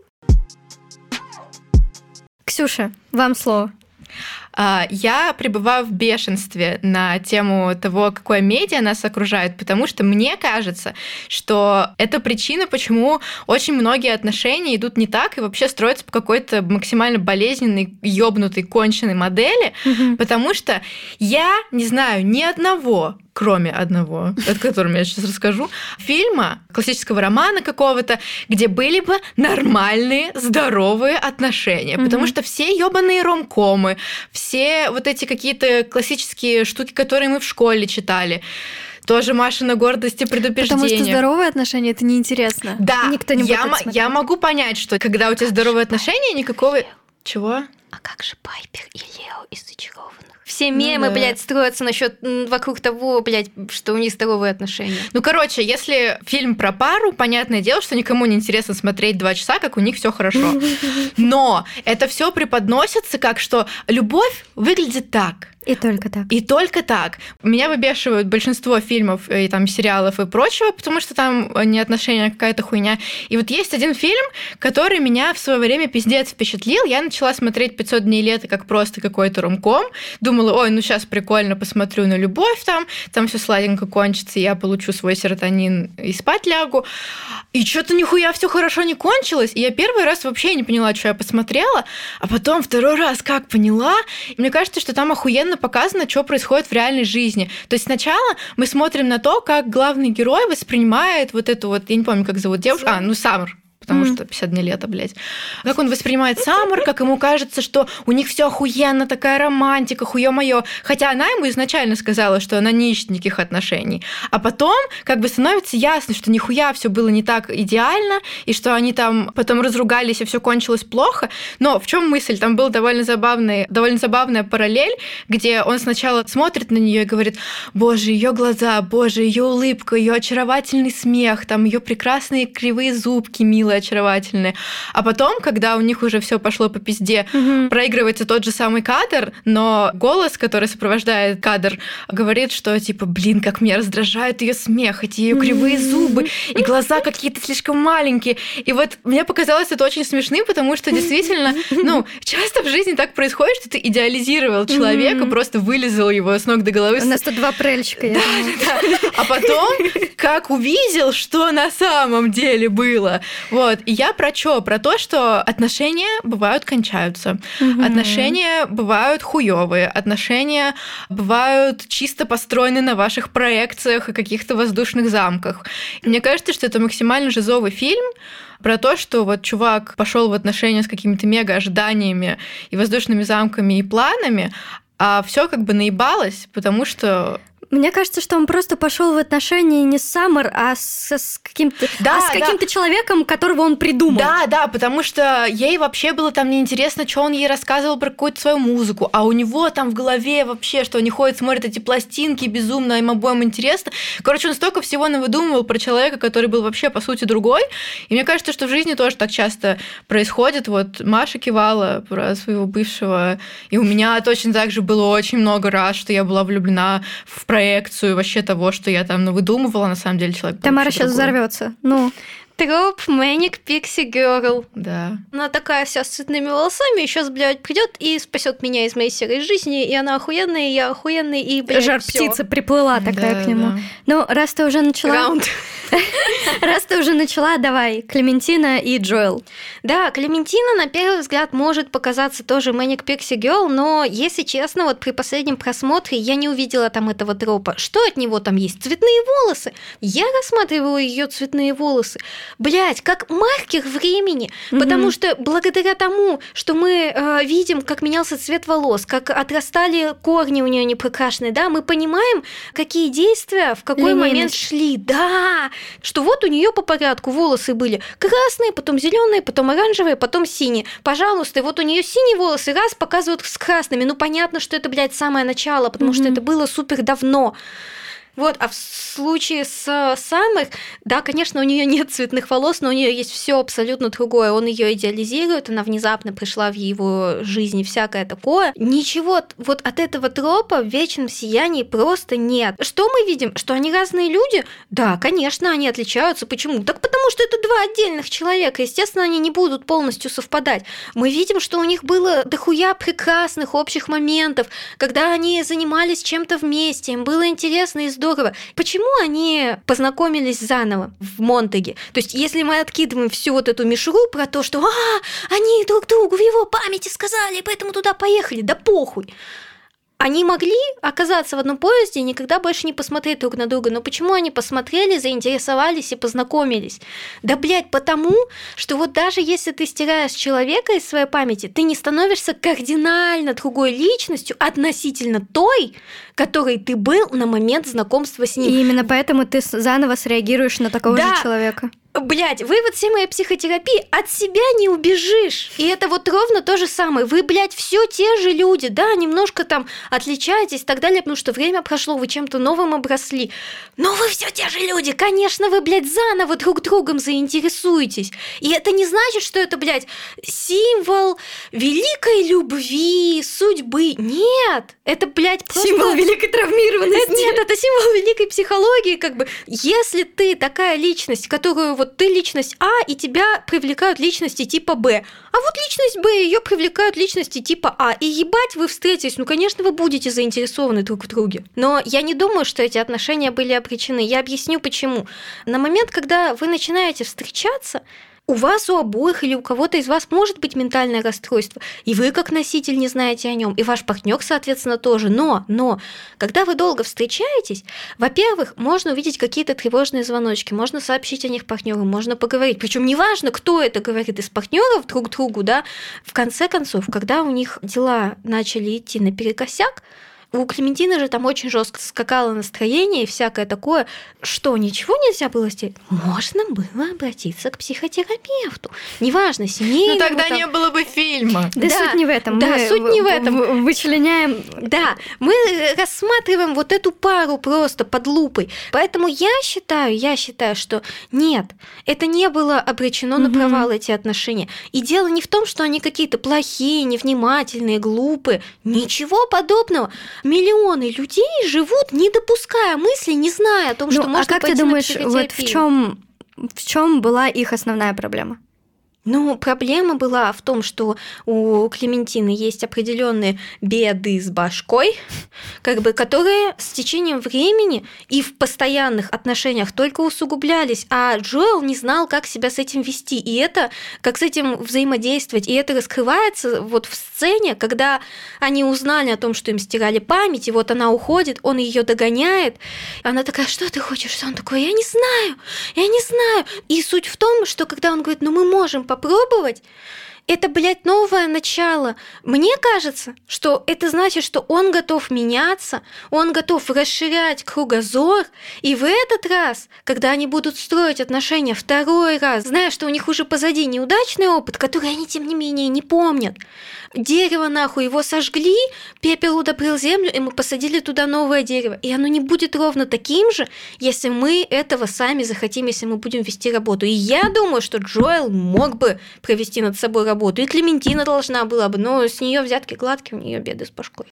Ксюша, вам слово. Я пребываю в бешенстве на тему того, какое медиа нас окружает, потому что мне кажется, что это причина, почему очень многие отношения идут не так и вообще строятся по какой-то максимально болезненной, ёбнутой, конченной модели, mm-hmm. потому что я не знаю ни одного, кроме одного, о котором я сейчас расскажу, фильма, классического романа какого-то, где были бы нормальные, здоровые отношения. Mm-hmm. Потому что все ёбаные ромкомы, все вот эти какие-то классические штуки, которые мы в школе читали, тоже Машина гордость и предупреждение. Потому что здоровые отношения — это неинтересно. Да, Никто не я, будет м- я могу понять, что когда у тебя здоровые отношения, никакого... Чего? А как же Пайпер и Лео из «Зачарованных»? Все мемы, Ну да. блядь, строятся насчет вокруг того, блядь, что у них здоровые отношения. Ну, короче, если фильм про пару, понятное дело, что никому не интересно смотреть два часа, как у них все хорошо. Но это все преподносится как, что любовь выглядит так. И только так. И только так. Меня выбешивают большинство фильмов и там сериалов и прочего, потому что там не отношения, а какая-то хуйня. И вот есть один фильм, который меня в свое время пиздец впечатлил. Я начала смотреть «пятьсот дней лета» как просто какой-то ромком. Думала, ой, ну сейчас прикольно, посмотрю на любовь там, там все сладенько кончится, и я получу свой серотонин и спать лягу. И что-то нихуя все хорошо не кончилось. И я первый раз вообще не поняла, что я посмотрела, а потом второй раз как поняла. И мне кажется, что там охуенно показано, что происходит в реальной жизни. То есть сначала мы смотрим на то, как главный герой воспринимает вот эту вот, я не помню, как зовут девушку, а, ну, Саммер, потому mm. что пятьдесят дней лета, блядь. Как он воспринимает Саммер, как ему кажется, что у них все охуенно, такая романтика, хуё-моё. Хотя она ему изначально сказала, что она не ищет никаких отношений. А потом как бы становится ясно, что нихуя все было не так идеально, и что они там потом разругались, и все кончилось плохо. Но в чем мысль? Там была довольно забавная, довольно забавная параллель, где он сначала смотрит на нее и говорит: боже, ее глаза, боже, ее улыбка, ее очаровательный смех, там ее прекрасные кривые зубки, милые, очаровательные. А потом, когда у них уже все пошло по пизде, mm-hmm. проигрывается тот же самый кадр, но голос, который сопровождает кадр, говорит, что типа, блин, как меня раздражает ее смех, эти ее кривые mm-hmm. зубы, и глаза какие-то слишком маленькие. И вот мне показалось это очень смешным, потому что действительно, ну, часто в жизни так происходит, что ты идеализировал человека, mm-hmm. просто вылизал его с ног до головы. У нас тут два прельчика. Да, да, да. А потом, как увидел, что на самом деле было. Вот. И я про что? Про то, что отношения бывают кончаются. Mm-hmm. Отношения бывают хуёвые. Отношения бывают чисто построены на ваших проекциях и каких-то воздушных замках. И мне кажется, что это максимально жизовый фильм про то, что вот чувак пошел в отношения с какими-то мега ожиданиями и воздушными замками и планами, а все как бы наебалось, потому что... Мне кажется, что он просто пошел в отношения не с Саммер, а с, с каким-то, да, а с каким-то да. человеком, которого он придумал. Да, да, потому что ей вообще было там неинтересно, что он ей рассказывал про какую-то свою музыку, а у него там в голове вообще, что они ходят, смотрят эти пластинки, безумно им обоим интересно. Короче, он столько всего навыдумывал про человека, который был вообще, по сути, другой. И мне кажется, что в жизни тоже так часто происходит. Вот Маша кивала про своего бывшего, и у меня точно так же было очень много раз, что я была влюблена в проекцию вообще того, что я там навыдумывала, на самом деле человек... Тамара сейчас взорвется. Ну... Троп Manic Pixie Girl. Да. Она такая вся с цветными волосами, и сейчас, блядь, придет и спасет меня из моей серой жизни, и она охуенная, и я охуенный, и, блядь, жар всё. птица приплыла такая да, к нему. Да. Ну, раз ты уже начала... Раунд. Раз ты уже начала, давай, Клементина и Джоэл. Да, Клементина, на первый взгляд, может показаться тоже Manic Pixie Girl, но, если честно, вот при последнем просмотре я не увидела там этого тропа. Что от него там есть? Цветные волосы. Я рассматривала ее цветные волосы. Блять, как маркер времени, mm-hmm. потому что благодаря тому, что мы э, видим, как менялся цвет волос, как отрастали корни у нее непрокрашенные, да, мы понимаем, какие действия в какой Линейность. момент шли, да, что вот у нее по порядку волосы были красные, потом зеленые, потом оранжевые, потом синие. Пожалуйста, и вот у нее синие волосы раз показывают с красными, ну понятно, что это, блядь, самое начало, потому mm-hmm. что это было супер давно. Вот, а в случае с Саммер, да, конечно, у нее нет цветных волос, но у нее есть все абсолютно другое. Он ее идеализирует, она внезапно пришла в его жизнь и всякое такое. Ничего вот от этого тропа в «Вечном сиянии» просто нет. Что мы видим? Что они разные люди? Да, конечно, они отличаются. Почему? Так потому что это два отдельных человека. Естественно, они не будут полностью совпадать. Мы видим, что у них было дохуя прекрасных общих моментов, когда они занимались чем-то вместе, им было интересно и здорово. Здорово. Почему они познакомились заново в Монтеге? То есть, если мы откидываем всю вот эту мишуру про то, что а, они друг другу в его памяти сказали, поэтому туда поехали, да похуй. Они могли оказаться в одном поезде и никогда больше не посмотреть друг на друга. Но почему они посмотрели, заинтересовались и познакомились? Да, блядь, потому, что вот даже если ты стираешь человека из своей памяти, ты не становишься кардинально другой личностью относительно той, которой ты был на момент знакомства с ним. И именно поэтому ты заново среагируешь на такого да. же человека. Блядь, вывод всей моей психотерапии: от себя не убежишь. И это вот ровно то же самое. Вы, блядь, все те же люди, да, немножко там отличаетесь и так далее, потому что время прошло, вы чем-то новым обросли. Но вы все те же люди. Конечно, вы, блядь, заново друг другом заинтересуетесь. И это не значит, что это, блядь, символ великой любви, судьбы. Нет, это, блядь, просто... Символ великой травмированности. Нет, это символ великой психологии, как бы. Если ты такая личность, которую вот ты личность А, и тебя привлекают личности типа Б, а вот личность Б, ее привлекают личности типа А, и ебать вы встретитесь, ну, конечно, вы будете заинтересованы друг в друге. Но я не думаю, что эти отношения были обречены. Я объясню, почему. На момент, когда вы начинаете встречаться, у вас у обоих или у кого-то из вас может быть ментальное расстройство, и вы как носитель не знаете о нем, и ваш партнер, соответственно, тоже. Но, но, когда вы долго встречаетесь, во-первых, можно увидеть какие-то тревожные звоночки, можно сообщить о них партнеру, можно поговорить. Причем неважно, кто это говорит из партнеров друг другу, да. В конце концов, когда у них дела начали идти наперекосяк, у Клементины же там очень жестко скакало настроение и всякое такое, что ничего нельзя было сделать. Можно было обратиться к психотерапевту. Неважно, семейному. Но тогда там... не было бы фильма. Да, да, суть не в этом. Да, мы суть не в этом. Вычленяем... Да, мы рассматриваем вот эту пару просто под лупой. Поэтому я считаю, я считаю, что нет, это не было обречено на провал, эти отношения. И дело не в том, что они какие-то плохие, невнимательные, глупые. Ничего подобного. Миллионы людей живут, не допуская мысли, не зная о том, ну, что можно а как пойти ты думаешь, на вот в чем в чем была их основная проблема? Ну, проблема была в том, что у Клементины есть определенные беды с башкой, как бы, которые с течением времени и в постоянных отношениях только усугублялись, а Джоэл не знал, как себя с этим вести, и это, как с этим взаимодействовать, и это раскрывается вот в сцене, когда они узнали о том, что им стирали память, и вот она уходит, он ее догоняет, она такая: что ты хочешь? Он такой: я не знаю, я не знаю. И суть в том, что когда он говорит: ну мы можем попробовать, это, блядь, новое начало. Мне кажется, что это значит, что он готов меняться, он готов расширять кругозор, и в этот раз, когда они будут строить отношения второй раз, зная, что у них уже позади неудачный опыт, который они, тем не менее, не помнят, дерево нахуй, его сожгли, пепел удобрил землю, и мы посадили туда новое дерево. И оно не будет ровно таким же, если мы этого сами захотим, если мы будем вести работу. И я думаю, что Джоэл мог бы провести над собой работу. Работу. И Клементина должна была бы, но с нее взятки гладкие, у нее беды с башкой.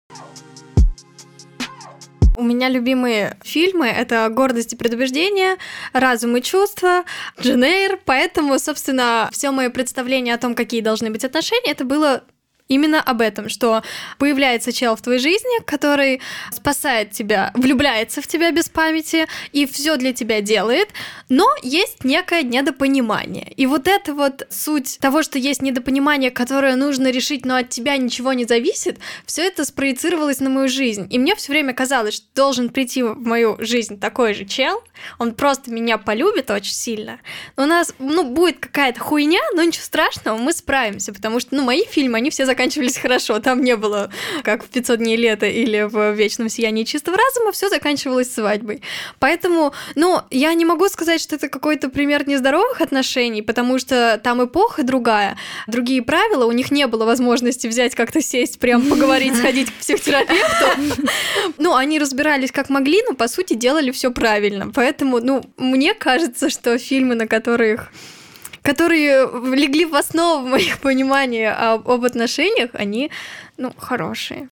У меня любимые фильмы — это «Гордость и предубеждение», «Разум и чувства», «Джейн Эйр», поэтому, собственно, все мое представление о том, какие должны быть отношения, это было именно об этом, что появляется чел в твоей жизни, который спасает тебя, влюбляется в тебя без памяти и все для тебя делает, но есть некое недопонимание. И вот это вот суть того, что есть недопонимание, которое нужно решить, но от тебя ничего не зависит, все это спроецировалось на мою жизнь. И мне все время казалось, что должен прийти в мою жизнь такой же чел, он просто меня полюбит очень сильно. У нас, ну, будет какая-то хуйня, но ничего страшного, мы справимся, потому что, ну, мои фильмы, они все заканчивались хорошо. Там не было, как в пятьсот дней лета или в «Вечном сиянии чистого разума», все заканчивалось свадьбой. Поэтому, ну, я не могу сказать, что это какой-то пример нездоровых отношений, потому что там эпоха другая, другие правила, у них не было возможности взять как-то сесть, прям поговорить, сходить к психотерапевту. Ну, они разбирались как могли, но, по сути, делали все правильно. Поэтому, ну, мне кажется, что фильмы, на которых которые легли в основу моих понимания об, об отношениях, они, ну, хорошие.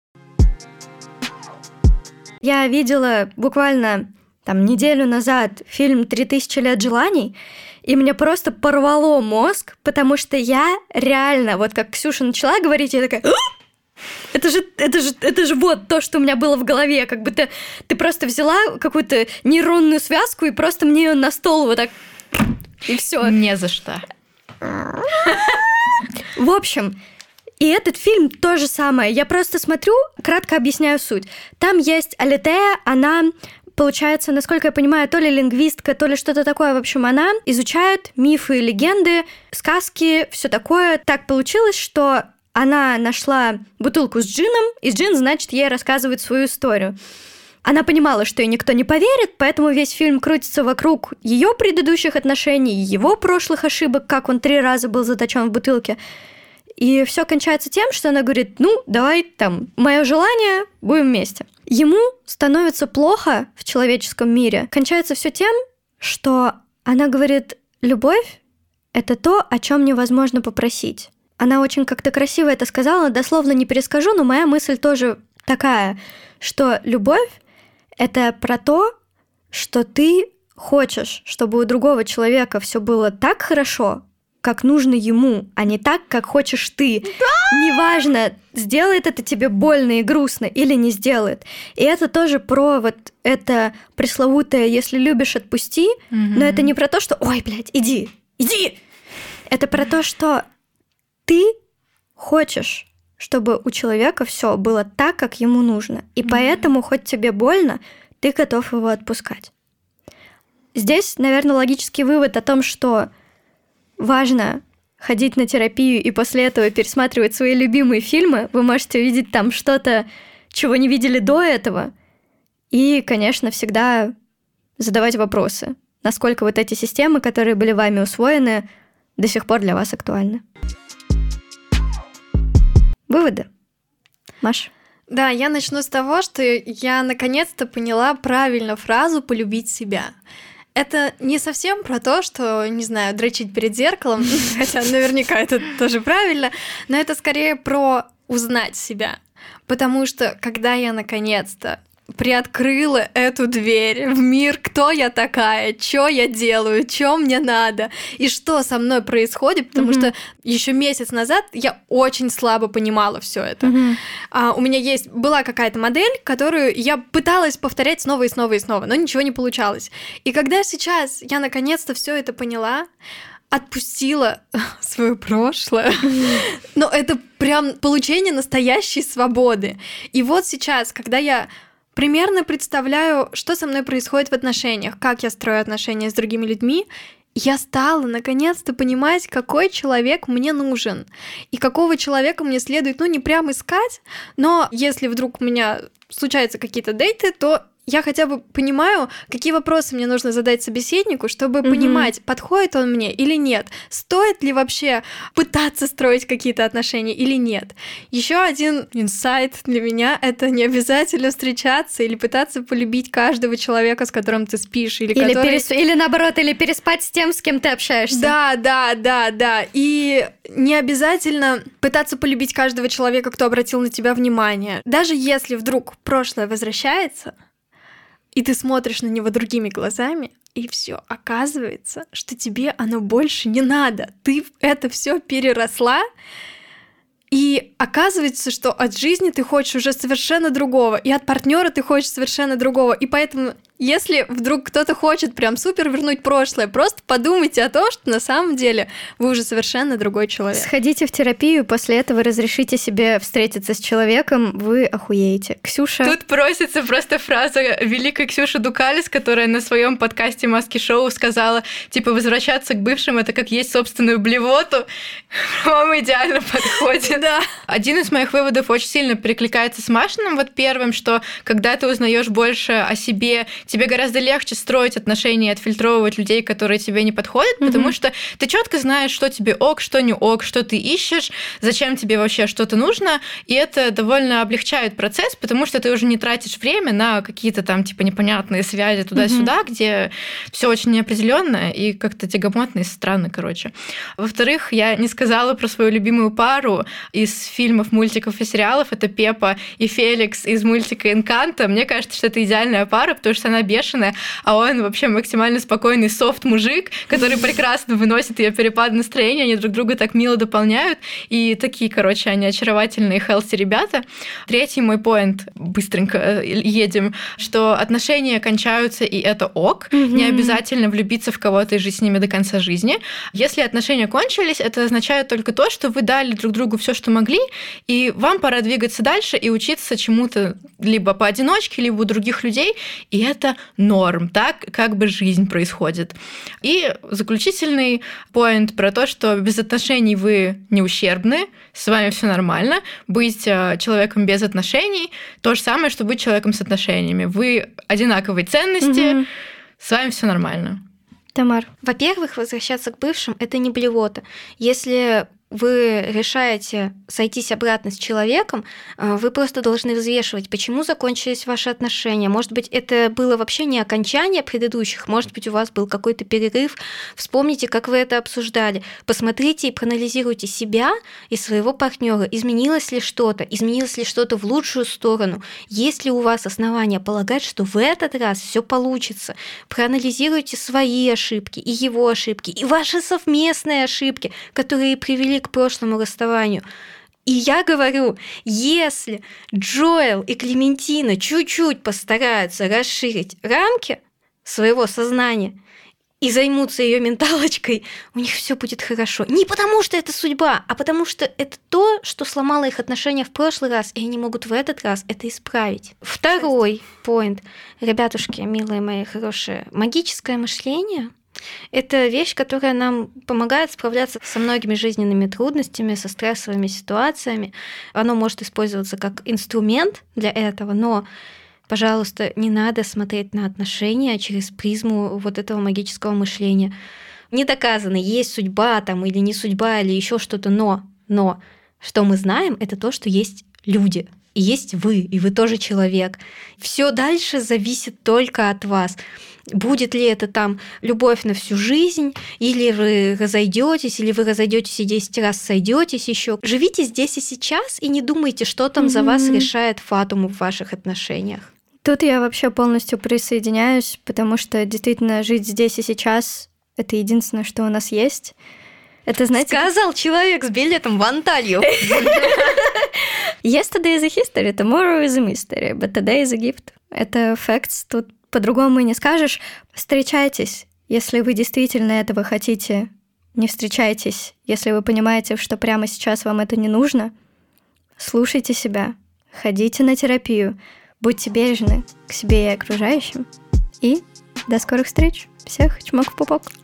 Я видела буквально там неделю назад фильм «Три тысячи лет желаний», и мне просто порвало мозг, потому что я реально, вот как Ксюша начала говорить, я такая: Это же, это же, это же вот то, что у меня было в голове, как бы ты, ты просто взяла какую-то нейронную связку и просто мне ее на стол вот так... И все. Не за что. В общем, И этот фильм то же самое. Я просто смотрю, кратко объясняю суть. Там есть Алетея, она, получается, насколько я понимаю, то ли лингвистка, то ли что-то такое. В общем, она изучает мифы, легенды, сказки, все такое. Так получилось, что она нашла бутылку с джином, и джин, значит, ей рассказывает свою историю. Она понимала, что ей никто не поверит, поэтому весь фильм крутится вокруг ее предыдущих отношений, его прошлых ошибок, как он три раза был заточен в бутылке. И все кончается тем, что она говорит: ну, давай, там, мое желание, будем вместе. Ему становится плохо в человеческом мире. Кончается все тем, что она говорит: любовь — это то, о чем невозможно попросить. Она очень как-то красиво это сказала, дословно не перескажу, но моя мысль тоже такая, что любовь — это про то, что ты хочешь, чтобы у другого человека все было так хорошо, как нужно ему, а не так, как хочешь ты. Да! Неважно, сделает это тебе больно и грустно или не сделает. И это тоже про вот это пресловутое «если любишь, отпусти», mm-hmm. но это не про то, что «ой, блядь, иди, иди». Это про то, что ты хочешь, чтобы у человека все было так, как ему нужно. И mm-hmm. поэтому, хоть тебе больно, ты готов его отпускать. Здесь, наверное, логический вывод о том, что важно ходить на терапию и после этого пересматривать свои любимые фильмы. Вы можете увидеть там что-то, чего не видели до этого. И, конечно, всегда задавать вопросы, насколько вот эти системы, которые были вами усвоены, до сих пор для вас актуальны. Выводы. Маш? Да, я начну с того, что я наконец-то поняла правильно фразу «полюбить себя». Это не совсем про то, что, не знаю, дрочить перед зеркалом, хотя наверняка это тоже правильно, но это скорее про узнать себя. Потому что, когда я наконец-то приоткрыла эту дверь в мир, кто я такая, что я делаю, что мне надо и что со мной происходит, потому mm-hmm. что еще месяц назад я очень слабо понимала все это. Mm-hmm. А, у меня есть была какая-то модель, которую я пыталась повторять снова и снова и снова, но ничего не получалось. И когда сейчас я наконец-то все это поняла, отпустила свое прошлое, но это прям получение настоящей свободы. И вот сейчас, когда я примерно представляю, что со мной происходит в отношениях, как я строю отношения с другими людьми, я стала наконец-то понимать, какой человек мне нужен и какого человека мне следует, ну, не прям искать, но если вдруг у меня случаются какие-то дейты, то я хотя бы понимаю, какие вопросы мне нужно задать собеседнику, чтобы mm-hmm. понимать, подходит он мне или нет, стоит ли вообще пытаться строить какие-то отношения или нет. Еще один инсайт для меня — это не обязательно встречаться или пытаться полюбить каждого человека, с которым ты спишь. Или, или, который... перес... или наоборот, или переспать с тем, с кем ты общаешься. Да, да, да, да. И не обязательно пытаться полюбить каждого человека, кто обратил на тебя внимание. Даже если вдруг прошлое возвращается, и ты смотришь на него другими глазами, и все, оказывается, что тебе оно больше не надо. Ты это все переросла, и оказывается, что от жизни ты хочешь уже совершенно другого, и от партнера ты хочешь совершенно другого. И поэтому, если вдруг кто-то хочет прям супер вернуть прошлое, просто подумайте о том, что на самом деле вы уже совершенно другой человек. Сходите в терапию, после этого разрешите себе встретиться с человеком, вы охуеете. Ксюша? Тут просится просто фраза великой Ксюши Дукалис, которая на своем подкасте «Маски Шоу» сказала, типа, возвращаться к бывшим — это как есть собственную блевоту. По-моему, идеально подходит. Да. Один из моих выводов очень сильно перекликается с Машиным, вот первым, что когда ты узнаешь больше о себе, тебе гораздо легче строить отношения и отфильтровывать людей, которые тебе не подходят, mm-hmm. потому что ты четко знаешь, что тебе ок, что не ок, что ты ищешь, зачем тебе вообще что-то нужно, и это довольно облегчает процесс, потому что ты уже не тратишь время на какие-то там типа непонятные связи туда-сюда, mm-hmm. где все очень неопределенно и как-то тягомотно и странно, короче. Во-вторых, я не сказала про свою любимую пару из фильмов, мультиков и сериалов. Это Пеппа и Феликс из мультика «Энканто». Мне кажется, что это идеальная пара, потому что она она бешеная, а он вообще максимально спокойный софт-мужик, который прекрасно выносит ее перепад настроения, они друг друга так мило дополняют, и такие, короче, они очаровательные хелси ребята. Третий мой поинт, быстренько едем, что отношения кончаются, и это ок, mm-hmm. не обязательно влюбиться в кого-то и жить с ними до конца жизни. Если отношения кончились, это означает только то, что вы дали друг другу все, что могли, и вам пора двигаться дальше и учиться чему-то либо поодиночке, либо у других людей, и это норм, так как бы жизнь происходит. И заключительный поинт про то, что без отношений вы не ущербны, с вами все нормально. Быть человеком без отношений — то же самое, что быть человеком с отношениями. Вы одинаковой ценности, угу. с вами все нормально. Тамар. Во-первых, возвращаться к бывшим — это не блевота. Если вы решаете сойтись обратно с человеком, вы просто должны взвешивать, почему закончились ваши отношения. Может быть, это было вообще не окончание предыдущих, может быть, у вас был какой-то перерыв. Вспомните, как вы это обсуждали. Посмотрите и проанализируйте себя и своего партнера. Изменилось ли что-то? Изменилось ли что-то в лучшую сторону? Есть ли у вас основания полагать, что в этот раз все получится? Проанализируйте свои ошибки и его ошибки, и ваши совместные ошибки, которые привели к прошлому расставанию. И я говорю, если Джоэл и Клементина чуть-чуть постараются расширить рамки своего сознания и займутся ее менталочкой, у них все будет хорошо. Не потому, что это судьба, а потому, что это то, что сломало их отношения в прошлый раз, и они могут в этот раз это исправить. Второй поинт. Ребятушки, милые мои хорошие, магическое мышление — это вещь, которая нам помогает справляться со многими жизненными трудностями, со стрессовыми ситуациями. Оно может использоваться как инструмент для этого, но, пожалуйста, не надо смотреть на отношения через призму вот этого магического мышления. Не доказано, есть судьба там или не судьба, или еще что-то, но, но что мы знаем, это то, что есть люди. И есть вы, и вы тоже человек. Все дальше зависит только от вас. Будет ли это там любовь на всю жизнь, или вы разойдетесь, или вы разойдетесь и десять раз сойдетесь еще. Живите здесь и сейчас и не думайте, что там mm-hmm. за вас решает фатум в ваших отношениях. Тут я вообще полностью присоединяюсь, потому что действительно жить здесь и сейчас — это единственное, что у нас есть. Это, знаете... Сказал человек с билетом в Анталью. Yesterday is a history, tomorrow is a mystery, but today is a gift. Это facts, тут по-другому и не скажешь. Встречайтесь, если вы действительно этого хотите. Не встречайтесь, если вы понимаете, что прямо сейчас вам это не нужно. Слушайте себя, ходите на терапию, будьте бережны к себе и окружающим. И до скорых встреч. Всех чмок в пупок.